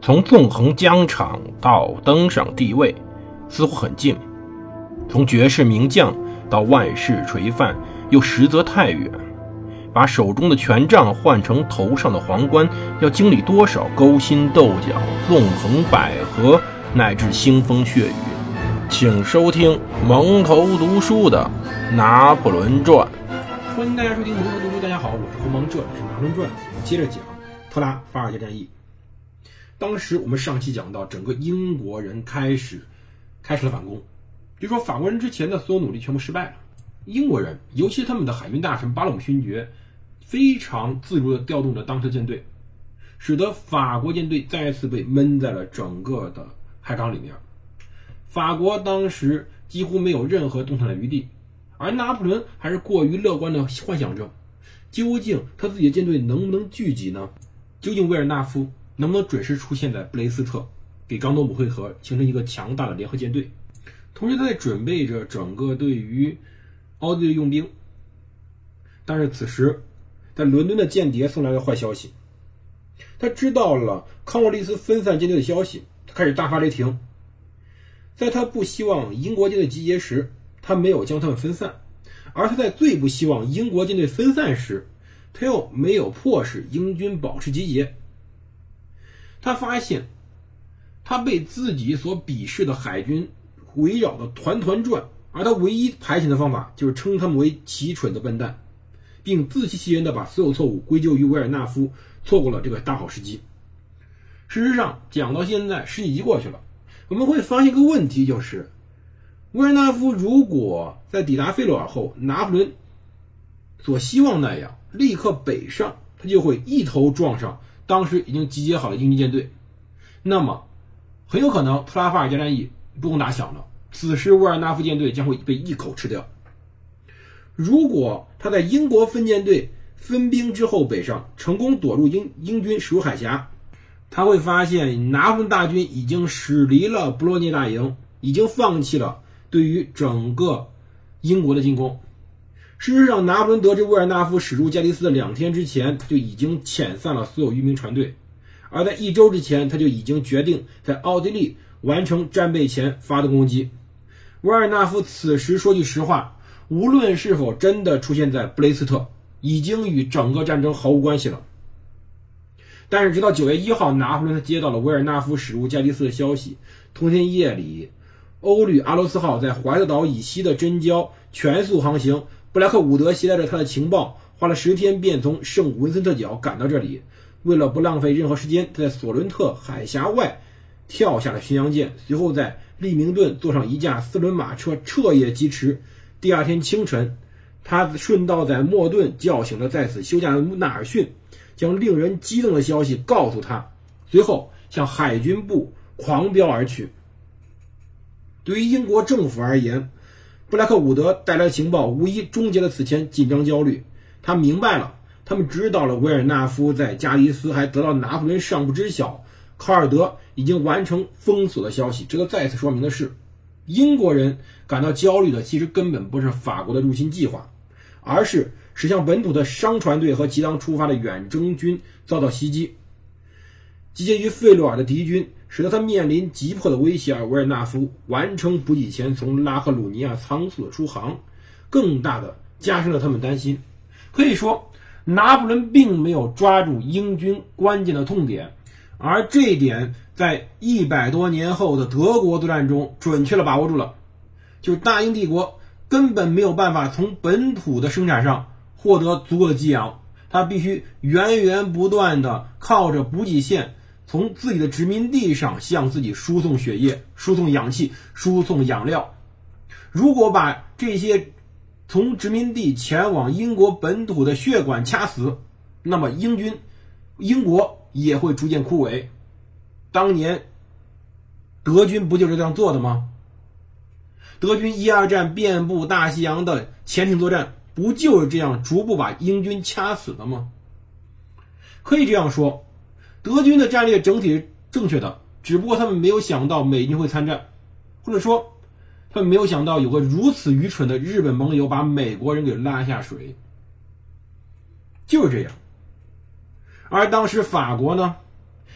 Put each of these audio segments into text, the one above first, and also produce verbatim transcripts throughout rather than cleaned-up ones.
从纵横疆场到登上帝位，似乎很近；从绝世名将到万世垂范，又实则太远。把手中的权杖换成头上的皇冠，要经历多少勾心斗角、纵横捭阖，乃至腥风血雨。请收听蒙头读书的《拿破仑传》。 欢迎大家收听蒙头读书，大家好，我是胡蒙，这里是《拿破仑传》，我们接着讲特拉法尔加战役。当时我们上期讲到，整个英国人开始开始了反攻，就说法国人之前的所有努力全部失败了。英国人，尤其是他们的海军大臣巴勒姆勋爵，非常自如地调动着当时的舰队，使得法国舰队再次被闷在了整个的海港里面。法国当时几乎没有任何动弹的余地，而拿破仑还是过于乐观地幻想着，究竟他自己的舰队能不能聚集呢？究竟维尔纳夫能不能准时出现在布雷斯特，给冈多姆会合，形成一个强大的联合舰队？同时他在准备着整个对于奥地利用兵。但是此时在伦敦的间谍送来了坏消息，他知道了康沃利斯分散舰队的消息，他开始大发雷霆。在他不希望英国舰队集结时，他没有将他们分散，而他在最不希望英国舰队分散时，他又没有迫使英军保持集结。他发现他被自己所鄙视的海军围绕的团团转，而他唯一排遣的方法就是称他们为奇蠢的笨蛋，并自欺欺人地把所有错误归咎于维尔纳夫错过了这个大好时机。事实上讲到现在十几集过去了，我们会发现一个问题，就是维尔纳夫如果在抵达费洛尔后，拿破仑所希望那样立刻北上，他就会一头撞上当时已经集结好的英军舰队，那么很有可能特拉法尔加战役不用打响了，此时维尔纳夫舰队将会被一口吃掉。如果他在英国分舰队分兵之后北上，成功躲入英英军驶入海峡，他会发现拿破仑大军已经驶离了布洛涅大营，已经放弃了对于整个英国的进攻。事实上，拿破仑得知维尔纳夫驶入加的斯的两天之前，他就已经遣散了所有渔民船队，而在一周之前，他就已经决定在奥地利完成战备前发动攻击。维尔纳夫此时说句实话，无论是否真的出现在布雷斯特，已经与整个战争毫无关系了。但是直到九月一号，拿破仑接到了维尔纳夫驶入加的斯的消息。同天夜里，欧吕阿罗斯号在怀特岛以西的真礁全速航行，布莱克伍德携带着他的情报，花了十天便从圣文森特角赶到这里。为了不浪费任何时间，他在索伦特海峡外跳下了巡洋舰，随后在利明顿坐上一架四轮马车彻夜疾驰。第二天清晨，他顺道在莫顿叫醒了在此休假的纳尔逊，将令人激动的消息告诉他，随后向海军部狂飙而去。对于英国政府而言，布莱克伍德带来的情报无疑终结了此前紧张焦虑。他明白了，他们知道了维尔纳夫在加的斯还得到拿破仑尚不知晓卡尔德已经完成封锁的消息。值得再次说明的是，英国人感到焦虑的其实根本不是法国的入侵计划，而是驶向本土的商船队和即将出发的远征军遭到袭击。集结于费洛尔的敌军使得他面临急迫的威胁，而维尔纳夫完成补给前从拉克鲁尼亚仓促的出航，更大的加深了他们担心。可以说，拿破仑并没有抓住英军关键的痛点，而这一点在一百多年后的德国作战中准确地把握住了，就是大英帝国根本没有办法从本土的生产上获得足够的给养，它必须源源不断地靠着补给线从自己的殖民地上向自己输送血液、输送氧气、输送养料。如果把这些从殖民地前往英国本土的血管掐死，那么英军英国也会逐渐枯萎。当年德军不就是这样做的吗？德军一二战遍布大西洋的潜艇作战，不就是这样逐步把英军掐死的吗？可以这样说，德军的战略整体是正确的，只不过他们没有想到美军会参战，或者说他们没有想到有个如此愚蠢的日本盟友把美国人给拉下水。就是这样。而当时法国呢，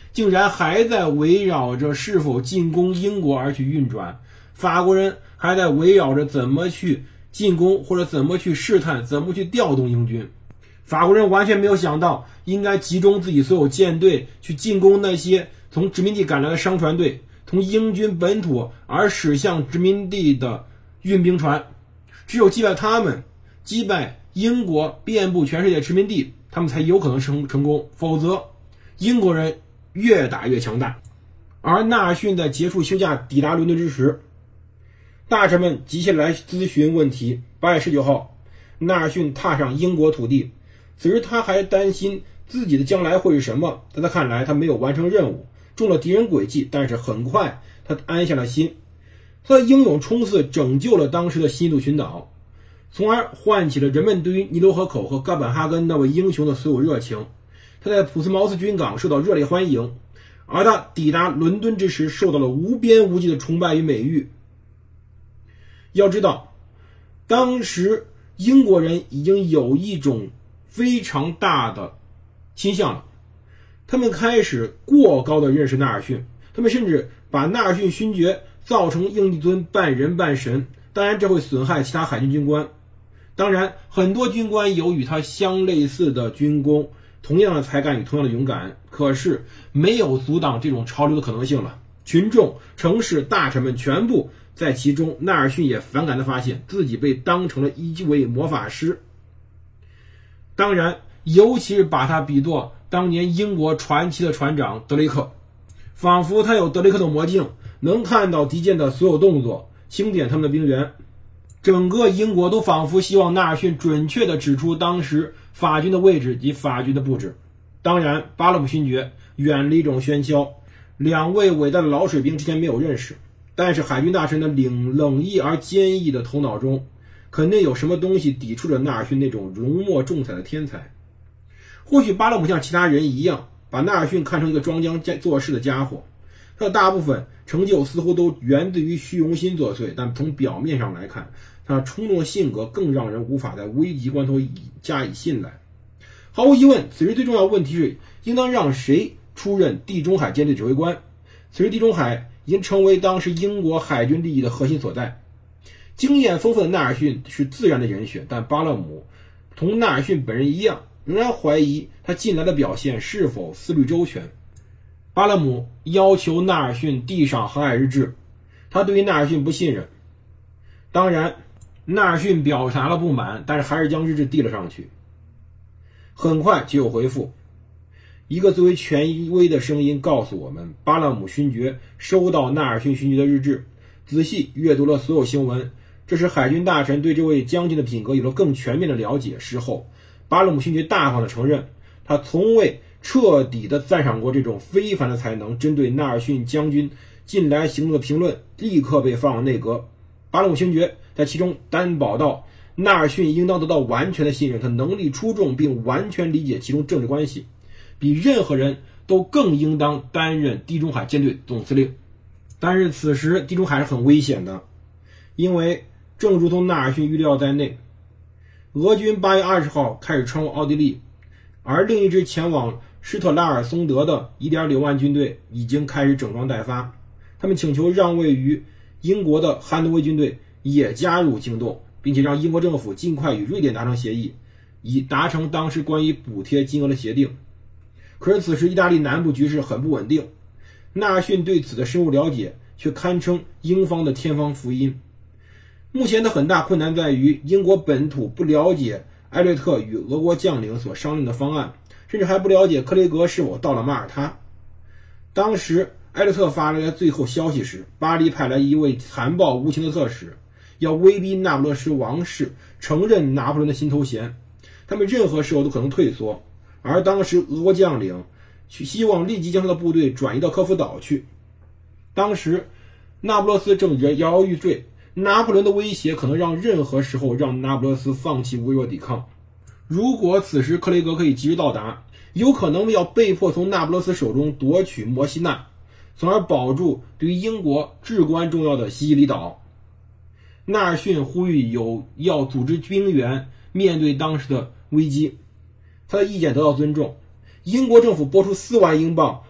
竟然还在围绕着是否进攻英国而去运转，法国人还在围绕着怎么去进攻或者怎么去试探，怎么去调动英军。法国人完全没有想到应该集中自己所有舰队去进攻那些从殖民地赶来的商船队，从英军本土而驶向殖民地的运兵船。只有击败他们，击败英国遍布全世界殖民地，他们才有可能成成功，否则英国人越打越强大。而纳尔逊在结束休假抵达伦敦之时，大臣们急切来咨询问题。八月十九号，纳尔逊踏上英国土地，此时他还担心自己的将来会是什么。在他看来，他没有完成任务，中了敌人诡计，但是很快他安下了心。他的英勇冲刺拯救了当时的西印度群岛，从而唤起了人们对于尼罗河口和哥本哈根那位英雄的所有热情。他在普斯茅斯军港受到热烈欢迎，而他抵达伦敦之时受到了无边无际的崇拜与美誉。要知道，当时英国人已经有一种非常大的倾向了，他们开始过高的认识纳尔逊，他们甚至把纳尔逊勋爵造成英帝尊半人半神，当然这会损害其他海军军官。当然很多军官有与他相类似的军功，同样的才干与同样的勇敢，可是没有阻挡这种潮流的可能性了。群众、城市、大臣们全部在其中，纳尔逊也反感地发现自己被当成了一位魔法师。当然尤其是把他比作当年英国传奇的船长德雷克，仿佛他有德雷克的魔镜，能看到敌舰的所有动作，清点他们的兵员。整个英国都仿佛希望纳尔逊准确地指出当时法军的位置及法军的布置。当然巴勒姆勋爵远离这种喧嚣，两位伟大的老水兵之前没有认识，但是海军大臣的冷冷毅而坚毅的头脑中肯定有什么东西抵触着纳尔逊那种浓墨重彩的天才。或许巴勒姆像其他人一样把纳尔逊看成一个装腔作势的家伙，他的大部分成就似乎都源自于虚荣心作祟，但从表面上来看，他冲动的性格更让人无法在危急关头加以信赖。毫无疑问，此时最重要的问题是应当让谁出任地中海舰队指挥官。此时地中海已经成为当时英国海军利益的核心所在。经验丰富的纳尔逊是自然的人选，但巴勒姆同纳尔逊本人一样，仍然怀疑他近来的表现是否思虑周全。巴勒姆要求纳尔逊递上航海日志，他对于纳尔逊不信任。当然纳尔逊表达了不满，但是还是将日志递了上去。很快就有回复，一个最为权威的声音告诉我们，巴勒姆勋爵收到纳尔逊勋爵的日志，仔细阅读了所有新闻，这使海军大臣对这位将军的品格有了更全面的了解。事后巴勒姆勋爵大方地承认，他从未彻底地赞赏过这种非凡的才能。针对纳尔逊将军近来行动的评论立刻被放入内阁。巴勒姆勋爵在其中担保道，纳尔逊应当得到完全的信任，他能力出众并完全理解其中政治关系，比任何人都更应当担任地中海舰队总司令。但是此时地中海是很危险的，因为正如同纳尔逊预料在内，俄军八月二十号开始穿过奥地利，而另一支前往施特拉尔松德的 一点九万军队已经开始整装待发。他们请求让位于英国的汉诺威军队也加入行动，并且让英国政府尽快与瑞典达成协议，以达成当时关于补贴金额的协定。可是此时意大利南部局势很不稳定，纳尔逊对此的深入了解却堪称英方的天方福音。目前的很大困难在于英国本土不了解埃略特与俄国将领所商定的方案，甚至还不了解克雷格是否到了马耳他。当时埃略特发来最后消息时，巴黎派来一位残暴无情的特使，要威逼那不勒斯王室承认拿破仑的新头衔，他们任何时候都可能退缩。而当时俄国将领希望立即将他的部队转移到科夫岛去。当时那不勒斯正摇摇欲坠，拿破仑的威胁可能让任何时候让那不勒斯放弃微弱抵抗。如果此时克雷格可以及时到达，有可能要被迫从那不勒斯手中夺取摩西纳，从而保住对于英国至关重要的西西里岛。纳尔逊呼吁有要组织兵员面对当时的危机，他的意见得到尊重。英国政府拨出四万英镑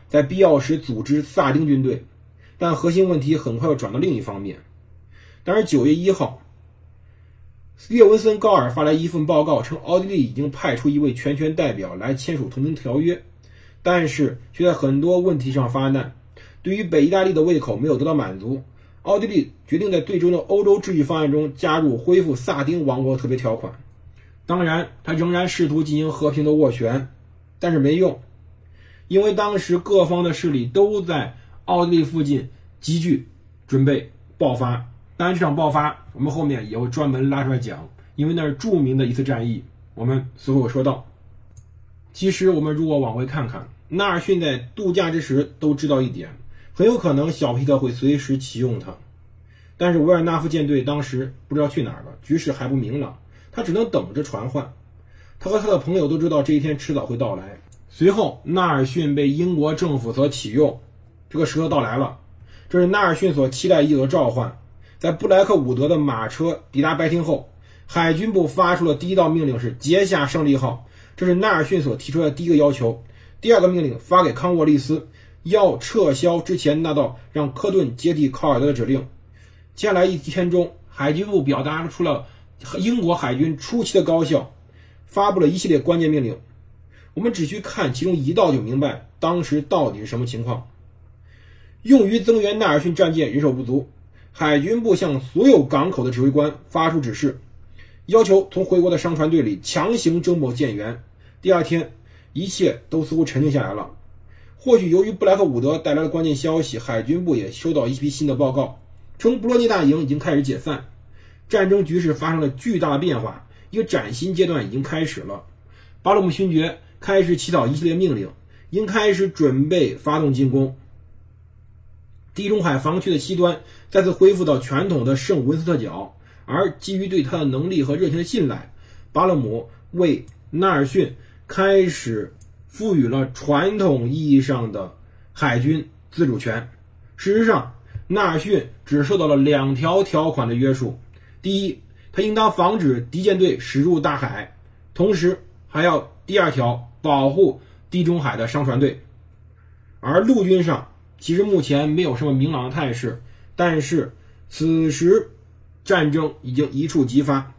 在必要时组织萨丁军队，但核心问题很快又转到另一方面。但是九月一号，列文森高尔发来一份报告，称奥地利已经派出一位全权代表来签署同盟条约，但是却在很多问题上发难。对于北意大利的胃口没有得到满足，奥地利决定在最终的欧洲秩序方案中加入恢复萨丁王国特别条款。当然，他仍然试图进行和平的斡旋，但是没用，因为当时各方的势力都在奥地利附近集聚，准备爆发。当然，这场爆发我们后面也会专门拉出来讲，因为那是著名的一次战役，我们随后会说到。其实我们如果往回看看，纳尔逊在度假之时都知道一点，很有可能小皮特会随时启用他。但是维尔纳夫舰队当时不知道去哪儿了，局势还不明朗，他只能等着传唤。他和他的朋友都知道这一天迟早会到来。随后纳尔逊被英国政府所启用，这个时刻到来了，这是纳尔逊所期待已久的召唤。在布莱克伍德的马车抵达白厅后，海军部发出了第一道命令，是截下胜利号，这是纳尔逊所提出的第一个要求。第二个命令发给康沃利斯，要撤销之前那道让科顿接替考尔德的指令。接下来一天中，海军部表达出了英国海军出奇的高效，发布了一系列关键命令。我们只需看其中一道就明白当时到底是什么情况。用于增援纳尔逊战舰人手不足，海军部向所有港口的指挥官发出指示，要求从回国的商船队里强行征募舰员。第二天，一切都似乎沉静下来了。或许由于布莱克伍德带来的关键消息，海军部也收到一批新的报告，称布洛涅大营已经开始解散，战争局势发生了巨大的变化，一个崭新阶段已经开始了。巴勒姆勋爵开始起草一系列命令，应开始准备发动进攻。地中海防区的西端再次恢复到传统的圣文斯特角，而基于对他的能力和热情的信赖，巴勒姆为纳尔逊开始赋予了传统意义上的海军自主权。事实上，纳尔逊只受到了两条条款的约束：第一，他应当防止敌舰队驶入大海，同时还要第二条，保护地中海的商船队。而陆军上其实目前没有什么明朗的态势，但是此时战争已经一触即发。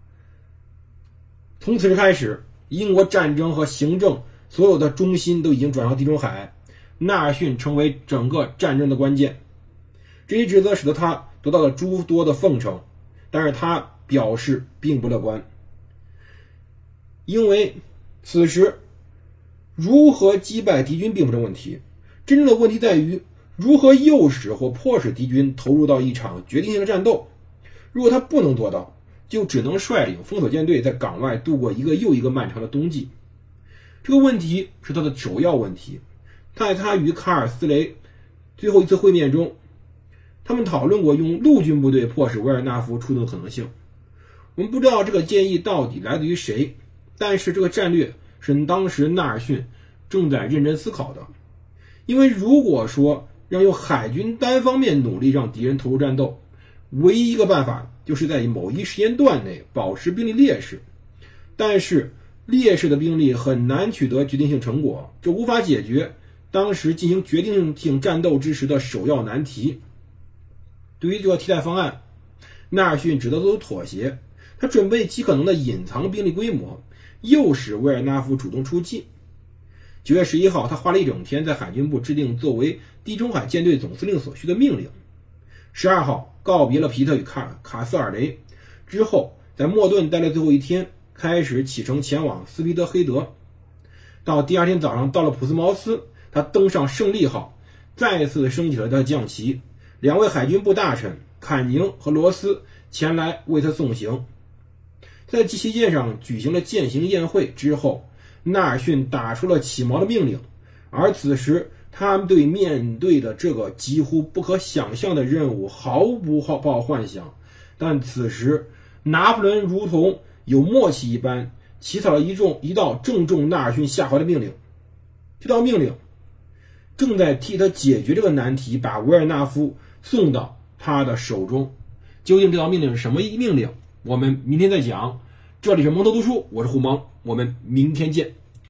从此时开始，英国战争和行政所有的中心都已经转向地中海，纳尔逊成为整个战争的关键。这一职责使得他得到了诸多的奉承，但是他表示并不乐观，因为此时如何击败敌军并不是问题，真正的问题在于如何诱使或迫使敌军投入到一场决定性的战斗。如果他不能做到，就只能率领封锁舰队在港外度过一个又一个漫长的冬季。这个问题是他的首要问题。在他与卡尔斯雷最后一次会面中，他们讨论过用陆军部队迫使维尔纳夫出动的可能性。我们不知道这个建议到底来自于谁，但是这个战略是当时纳尔逊正在认真思考的。因为如果说让用海军单方面努力让敌人投入战斗，唯一一个办法就是在某一时间段内保持兵力劣势，但是劣势的兵力很难取得决定性成果，这无法解决当时进行决定性战斗之时的首要难题。对于这个替代方案，纳尔逊只得做出妥协，他准备极可能的隐藏兵力规模，诱使维尔纳夫主动出击。九月十一号，他花了一整天在海军部制定作为地中海舰队总司令所需的命令。十二号，告别了皮特与卡卡斯尔雷之后，在莫顿待了最后一天，开始启程前往斯皮德黑德。到第二天早上，到了普斯茅斯，他登上胜利号，再次升起了他的将旗。两位海军部大臣坎宁和罗斯前来为他送行。在旗舰上举行了践行宴会之后，纳尔逊打出了起锚的命令，而此时他们对面对的这个几乎不可想象的任务毫不抱幻想。但此时拿破仑如同有默契一般，起草了一众一道正中纳尔逊下怀的命令。这道命令正在替他解决这个难题，把维尔纳夫送到他的手中。究竟这道命令是什么命令，我们明天再讲。这里是蒙头读书，我是胡蒙，我们明天见。